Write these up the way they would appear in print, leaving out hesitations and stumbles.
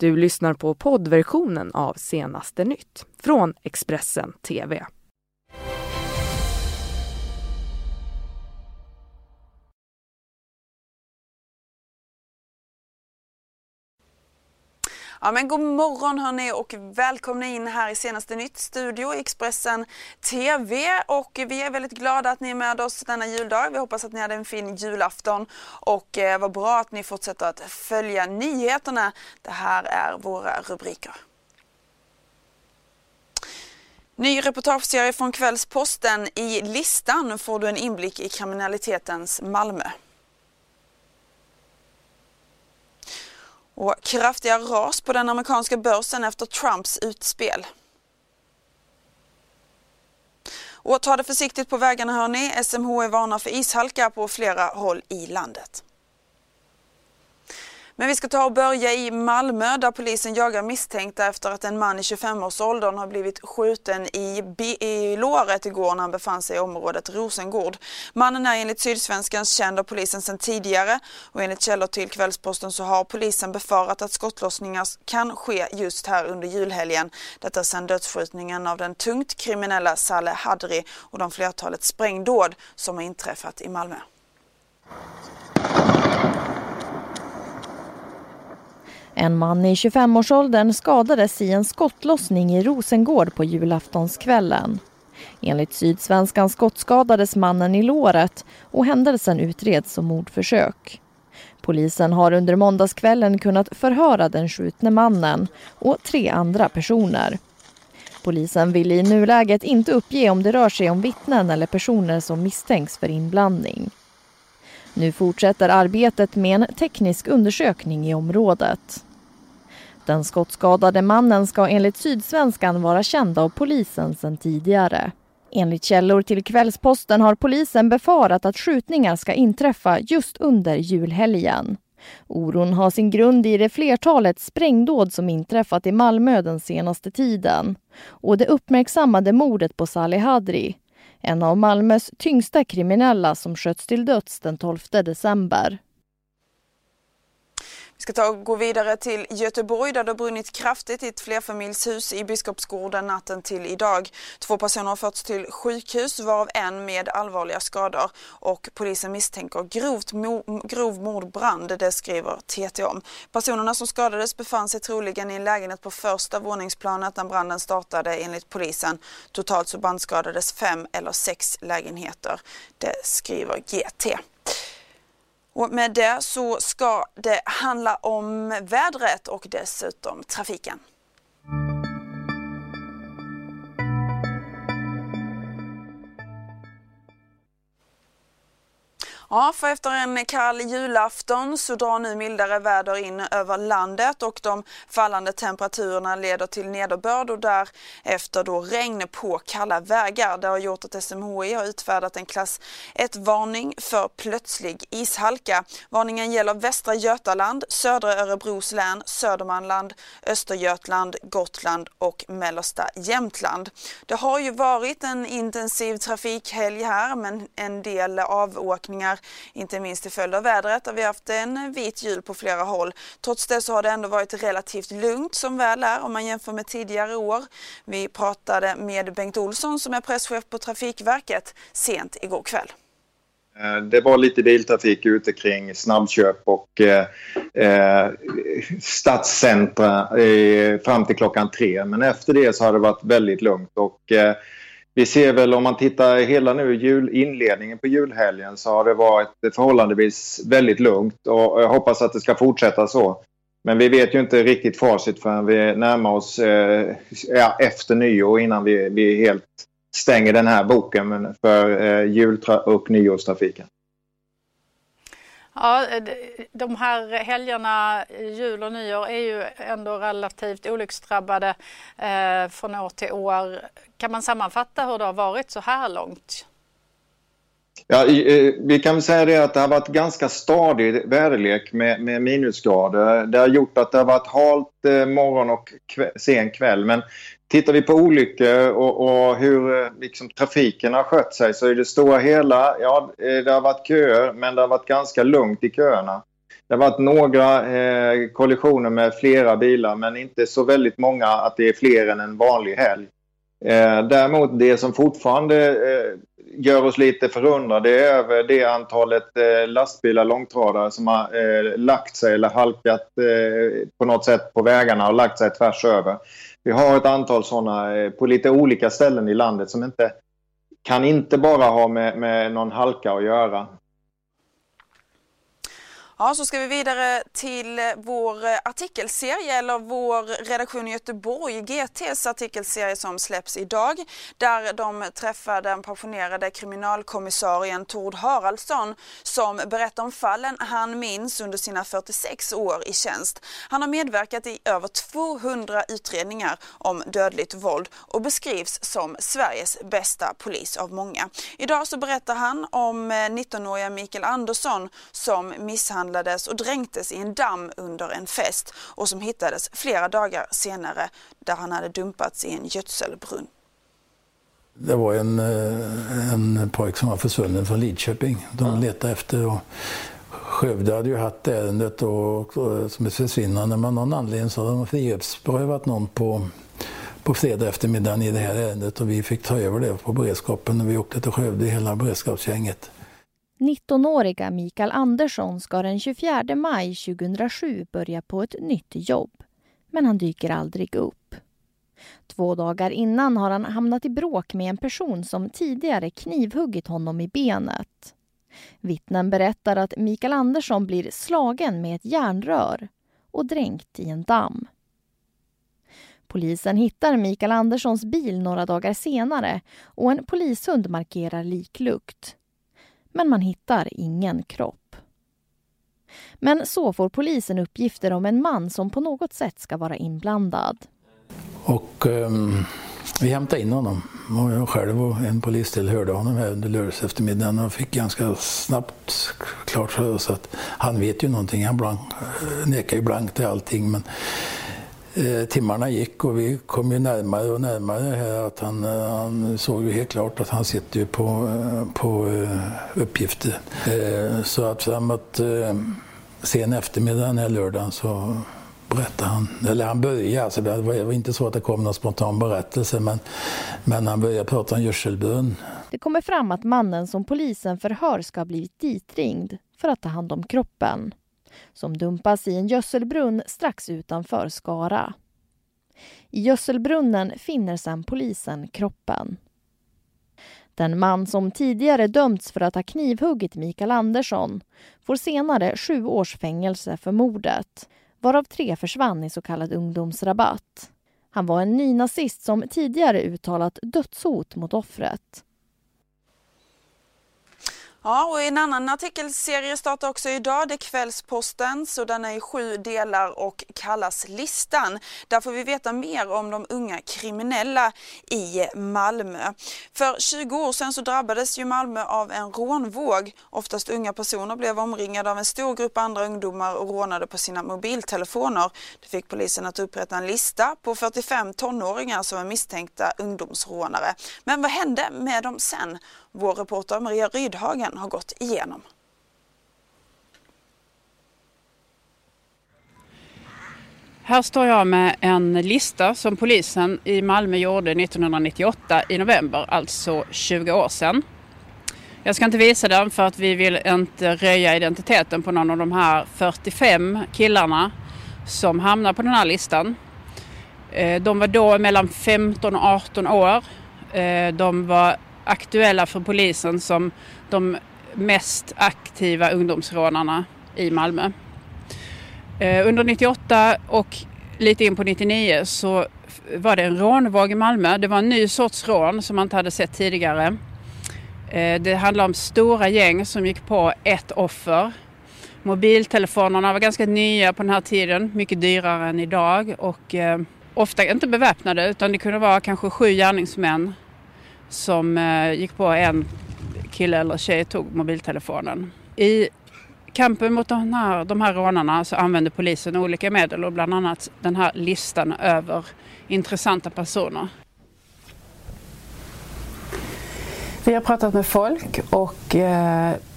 Du lyssnar på poddversionen av Senaste nytt från Expressen TV. Ja, men god morgon hörni och välkomna in här i Senaste nytt studio i Expressen TV, och vi är väldigt glada att ni är med oss denna juldag. Vi hoppas att ni hade en fin julafton och vad bra att ni fortsätter att följa nyheterna. Det här är våra rubriker. Ny reportageserie från Kvällsposten. I listan får du en inblick i kriminalitetens Malmö. Och kraftiga ras på den amerikanska börsen efter Trumps utspel. Och ta det försiktigt på vägarna hörni. SMHI varnar för ishalka på flera håll i landet. Men vi ska ta och börja i Malmö där polisen jagar misstänkta efter att en man i 25-årsåldern har blivit skjuten i låret igår när han befann sig i området Rosengård. Mannen är enligt Sydsvenskans känd av polisen sedan tidigare, och enligt källor till Kvällsposten så har polisen befarat att skottlossningar kan ske just här under julhelgen. Detta sedan dödsskjutningen av den tungt kriminella Saleh Hadri och de flertalet sprängdåd som har inträffat i Malmö. En man i 25-årsåldern skadades i en skottlossning i Rosengård på julaftonskvällen. Enligt Sydsvenskan skottskadades mannen i låret och händelsen utreds som mordförsök. Polisen har under måndagskvällen kunnat förhöra den skjutne mannen och 3 andra personer. Polisen vill i nuläget inte uppge om det rör sig om vittnen eller personer som misstänks för inblandning. Nu fortsätter arbetet med en teknisk undersökning i området. Den skottskadade mannen ska enligt Sydsvenskan vara känd av polisen sedan tidigare. Enligt källor till Kvällsposten har polisen befarat att skjutningar ska inträffa just under julhelgen. Oron har sin grund i det flertalet sprängdåd som inträffat i Malmö den senaste tiden och det uppmärksammade mordet på Saleh Hadri, en av Malmös tyngsta kriminella som sköts till döds den 12 december. Vi ska gå vidare till Göteborg där det har brunnit kraftigt i ett flerfamiljshus i Biskopsgården natten till idag. 2 personer har förts till sjukhus, varav en med allvarliga skador, och polisen misstänker grov mordbrand, det skriver TT om. Personerna som skadades befann sig troligen i en lägenhet på första våningsplanet när branden startade enligt polisen. Totalt så brandskadades 5 eller 6 lägenheter, det skriver GT. Och med det så ska det handla om vädret och dessutom trafiken. Ja, för efter en kall julafton så drar nu mildare väder in över landet och de fallande temperaturerna leder till nederbörd och därefter då regn på kalla vägar. Det har gjort att SMHI har utfärdat en klass 1-varning för plötslig ishalka. Varningen gäller västra Götaland, södra Örebros län, Södermanland, Östergötland, Gotland och mellersta Jämtland. Det har ju varit en intensiv trafikhelg här, men en del avåkningar, inte minst till följd av vädret, och vi har haft en vit jul på flera håll. Trots det så har det ändå varit relativt lugnt som väl är om man jämför med tidigare år. Vi pratade med Bengt Olsson som är presschef på Trafikverket sent igår kväll. Det var lite biltrafik ute kring snabbköp och stadscentra fram till klockan 3. Men efter det så har det varit väldigt lugnt och vi ser väl om man tittar hela nu inledningen på julhelgen så har det varit förhållandevis väldigt lugnt och jag hoppas att det ska fortsätta så. Men vi vet ju inte riktigt facit förrän vi närmar oss efter nyår innan vi helt stänger den här boken för och nyårstrafiken. Ja, de här helgerna, jul och nyår, är ju ändå relativt olycksdrabbade från år till år. Kan man sammanfatta hur det har varit så här långt? Ja, vi kan väl säga det att det har varit ganska stadig väderlek med minusgrader. Det har gjort att det har varit halt morgon och sen kväll. Men tittar vi på olyckor och hur liksom, trafiken har skött sig så är det stora hela, ja det har varit köer men det har varit ganska lugnt i köerna. Det har varit några kollisioner med flera bilar, men inte så väldigt många att det är fler än en vanlig helg. Däremot det som fortfarande gör oss lite förundrade är över det antalet lastbilar, långtradare som har lagt sig eller halkat på något sätt på vägarna och lagt sig tvärs över. Vi har ett antal sådana på lite olika ställen i landet som inte bara ha med någon halka att göra. Ja, så ska vi vidare till vår artikelserie, eller vår redaktion i Göteborg, GT:s artikelserie som släpps idag, där de träffar den pensionerade kriminalkommissarien Tord Haraldsson som berättar om fallen han minns under sina 46 år i tjänst. Han har medverkat i över 200 utredningar om dödligt våld och beskrivs som Sveriges bästa polis av många. Idag så berättar han om 19-åriga Mikael Andersson som misshandlades och dränktes i en damm under en fest och som hittades flera dagar senare där han hade dumpats i en gödselbrunn. Det var en pojk som var försvunnen från Lidköping. De letade efter, och Skövde hade ju haft ärendet och som ett försvinnande, men någon anledning så hade de frihetsberövat någon på fredag eftermiddagen i det här ärendet, och vi fick ta över det på beredskapen när vi åkte till Skövde, hela beredskapsgänget. 19-åriga Mikael Andersson ska den 24 maj 2007 börja på ett nytt jobb, men han dyker aldrig upp. 2 dagar innan har han hamnat i bråk med en person som tidigare knivhuggit honom i benet. Vittnen berättar att Mikael Andersson blir slagen med ett järnrör och dränkt i en damm. Polisen hittar Mikael Anderssons bil några dagar senare och en polishund markerar liklukt. Men man hittar ingen kropp. Men så får polisen uppgifter om en man som på något sätt ska vara inblandad. Och vi hämtade in honom. Och jag själv och en polis till hörde honom här under lördags eftermiddagen och fick ganska snabbt klart för oss att han vet ju någonting. Han nekar ju blankt till allting, men timmarna gick och vi kom ju närmare och närmare här, att han såg ju helt klart att han sitter ju på uppgifter. Så att framåt sen eftermiddag den här lördagen så berättade han, eller han började, alltså det var inte så att det kom någon spontan berättelse, men han började prata om gödselbrunn. Det kommer fram att mannen som polisen förhör ska ha blivit ditringd för att ta hand om kroppen, som dumpas i en gödselbrunn strax utanför Skara. I gödselbrunnen finner sedan polisen kroppen. Den man som tidigare dömts för att ha knivhuggit Mikael Andersson får senare 7 års fängelse för mordet, varav 3 försvann i så kallad ungdomsrabatt. Han var en nynazist som tidigare uttalat dödshot mot offret. Ja, och en annan artikelserie startar också idag, det är Kvällsposten, så den är i 7 delar och kallas Listan. Där får vi veta mer om de unga kriminella i Malmö. För 20 år sedan så drabbades ju Malmö av en rånvåg. Oftast unga personer blev omringade av en stor grupp andra ungdomar och rånade på sina mobiltelefoner. Det fick polisen att upprätta en lista på 45 tonåringar som var misstänkta ungdomsrånare. Men vad hände med dem sen? Vår reporter Maria Rydhagen har gått igenom. Här står jag med en lista som polisen i Malmö gjorde 1998 i november, alltså 20 år sedan. Jag ska inte visa den för att vi vill inte röja identiteten på någon av de här 45 killarna som hamnar på den här listan. De var då mellan 15 och 18 år. De var aktuella för polisen som de mest aktiva ungdomsrånarna i Malmö. Under 98 och lite in på 99 så var det en rånvåg i Malmö. Det var en ny sorts rån som man inte hade sett tidigare. Det handlade om stora gäng som gick på ett offer. Mobiltelefonerna var ganska nya på den här tiden, mycket dyrare än idag och ofta inte beväpnade, utan det kunde vara kanske 7 gärningsmän som gick på en kille eller tjej, tog mobiltelefonen. I kampen mot de här rånarna så använde polisen olika medel och bland annat den här listan över intressanta personer. Vi har pratat med folk och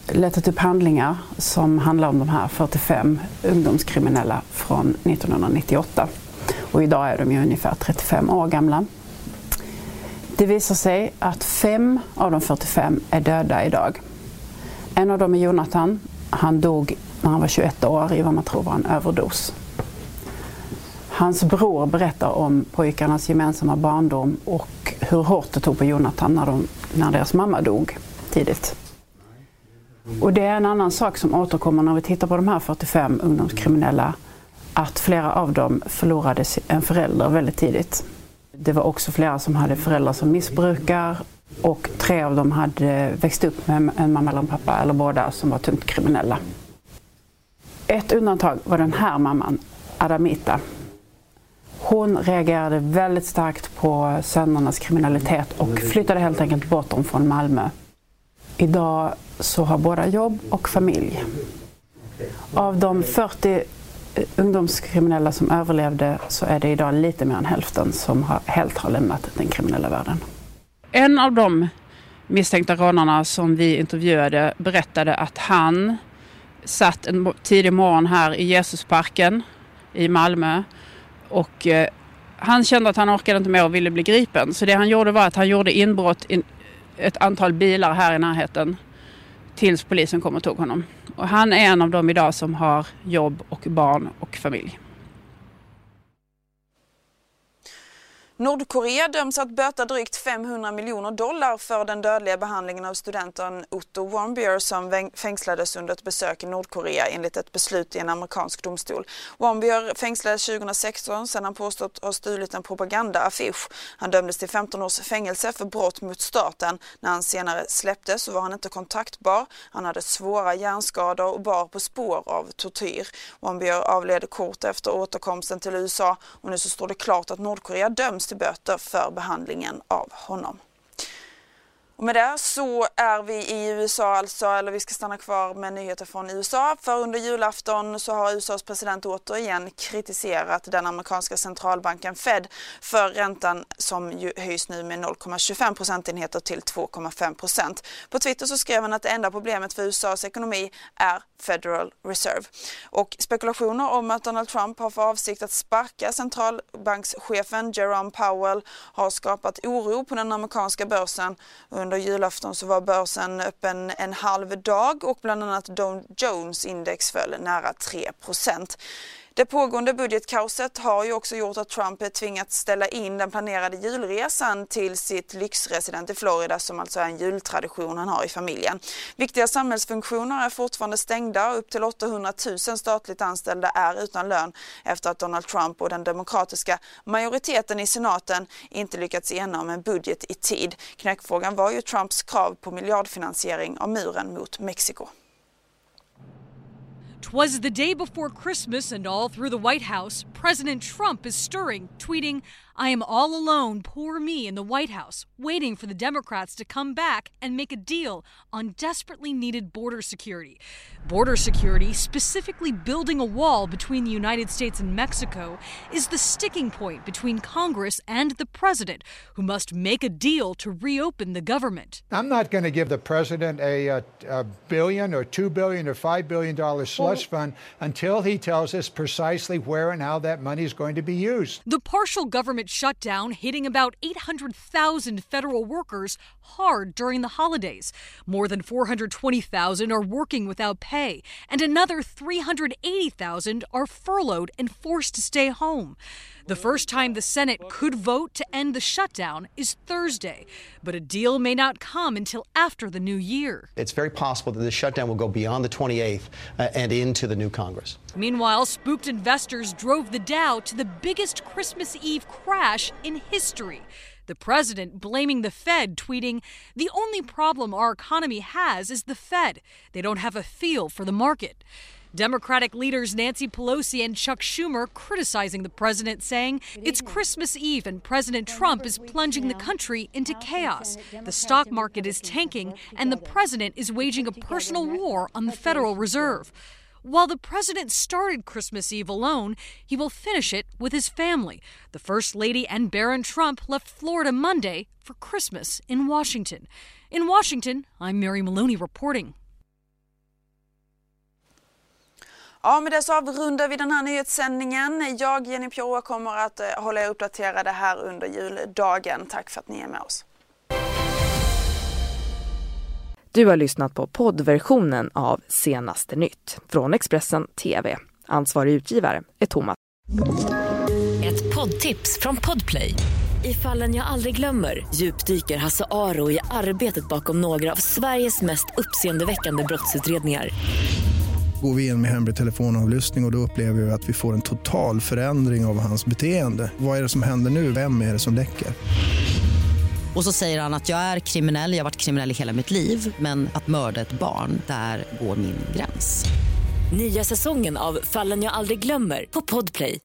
letat upp handlingar som handlar om de här 45 ungdomskriminella från 1998. Och idag är de ju ungefär 35 år gamla. Det visar sig att 5 av de 45 är döda idag. En av dem är Jonathan. Han dog när han var 21 år i vad man tror var en överdos. Hans bror berättar om pojkarnas gemensamma barndom och hur hårt det tog på Jonathan när deras mamma dog tidigt. Och det är en annan sak som återkommer när vi tittar på de här 45 ungdomskriminella, att flera av dem förlorade en förälder väldigt tidigt. Det var också flera som hade föräldrar som missbrukar och 3 av dem hade växt upp med en mamma eller en pappa eller båda som var tungt kriminella. Ett undantag var den här mamman, Adamita. Hon reagerade väldigt starkt på sönernas kriminalitet och flyttade helt enkelt bort dem från Malmö. Idag så har båda jobb och familj. Av de 40 ungdomskriminella som överlevde så är det idag lite mer än hälften som helt har lämnat den kriminella världen. En av de misstänkta rånarna som vi intervjuade berättade att han satt en tidig morgon här i Jesusparken i Malmö och han kände att han orkade inte mer och ville bli gripen. Så det han gjorde var att han gjorde inbrott i ett antal bilar här i närheten tills polisen kom och tog honom. Och han är en av dem idag som har jobb och barn och familj. Nordkorea döms att böta drygt $500 miljoner för den dödliga behandlingen av studenten Otto Warmbier som fängslades under ett besök i Nordkorea enligt ett beslut i en amerikansk domstol. Warmbier fängslades 2016 sedan han påstått ha stulit en propagandaaffisch. Han dömdes till 15 års fängelse för brott mot staten. När han senare släpptes så var han inte kontaktbar. Han hade svåra hjärnskador och bar på spår av tortyr. Warmbier avled kort efter återkomsten till USA och nu så står det klart att Nordkorea döms till böter för behandlingen av honom. Och med det så är vi i USA alltså, eller vi ska stanna kvar med nyheter från USA. För under julafton så har USAs president återigen kritiserat den amerikanska centralbanken Fed för räntan som ju höjs nu med 0,25 procentenheter till 2,5%. På Twitter så skrev han att det enda problemet för USAs ekonomi är Federal Reserve. Och spekulationer om att Donald Trump har för avsikt att sparka centralbankschefen Jerome Powell har skapat oro på den amerikanska börsen. Under julafton så var börsen öppen en halv dag och bland annat Dow Jones index föll nära 3%. Det pågående budgetkaoset har ju också gjort att Trump tvingats ställa in den planerade julresan till sitt lyxresident i Florida som alltså är en jultradition han har i familjen. Viktiga samhällsfunktioner är fortfarande stängda och upp till 800 000 statligt anställda är utan lön efter att Donald Trump och den demokratiska majoriteten i senaten inte lyckats ena om en budget i tid. Knäckfrågan var ju Trumps krav på miljardfinansiering av muren mot Mexiko. 'Twas the day before Christmas and all through the White House, President Trump is stirring, tweeting, "I am all alone, poor me in the White House, waiting for the Democrats to come back and make a deal on desperately needed border security." Border security, specifically building a wall between the United States and Mexico, is the sticking point between Congress and the president, who must make a deal to reopen the government. I'm not going to give the president a billion or $2 billion or $5 billion slush fund until he tells us precisely where and how that money is going to be used. The partial government shutdown hitting about 800,000 federal workers hard during the holidays. More than 420,000 are working without pay, and another 380,000 are furloughed and forced to stay home. The first time the Senate could vote to end the shutdown is Thursday, but a deal may not come until after the new year. It's very possible that the shutdown will go beyond the 28th and into the new Congress. Meanwhile, spooked investors drove the Dow to the biggest Christmas Eve crash in history. The president blaming the Fed, tweeting, "The only problem our economy has is the Fed. They don't have a feel for the market." Democratic leaders Nancy Pelosi and Chuck Schumer criticizing the president, saying it's Christmas Eve and President Trump is plunging the country into chaos. The stock market is tanking and the president is waging a personal war on the Federal Reserve. While the president started Christmas Eve alone, he will finish it with his family. The First Lady and Barron Trump left Florida Monday for Christmas in Washington. In Washington, I'm Mary Maloney reporting. Ja, med det så avrundar vi den här nyhetssändningen. Jag, Jenny Pjora, kommer att hålla er uppdaterade här under juldagen. Tack för att ni är med oss. Du har lyssnat på poddversionen av Senaste nytt från Expressen TV. Ansvarig utgivare är Thomas. Ett poddtips från Podplay. I Fallen jag aldrig glömmer djupdyker Hasse Aro i arbetet bakom några av Sveriges mest uppseendeväckande brottsutredningar. Går vi in med hemlig telefonavlyssning och då upplever vi att vi får en total förändring av hans beteende. Vad är det som händer nu? Vem är det som läcker? Och så säger han att jag är kriminell, jag har varit kriminell i hela mitt liv. Men att mörda ett barn, där går min gräns. Nya säsongen av Fallen jag aldrig glömmer på Podplay.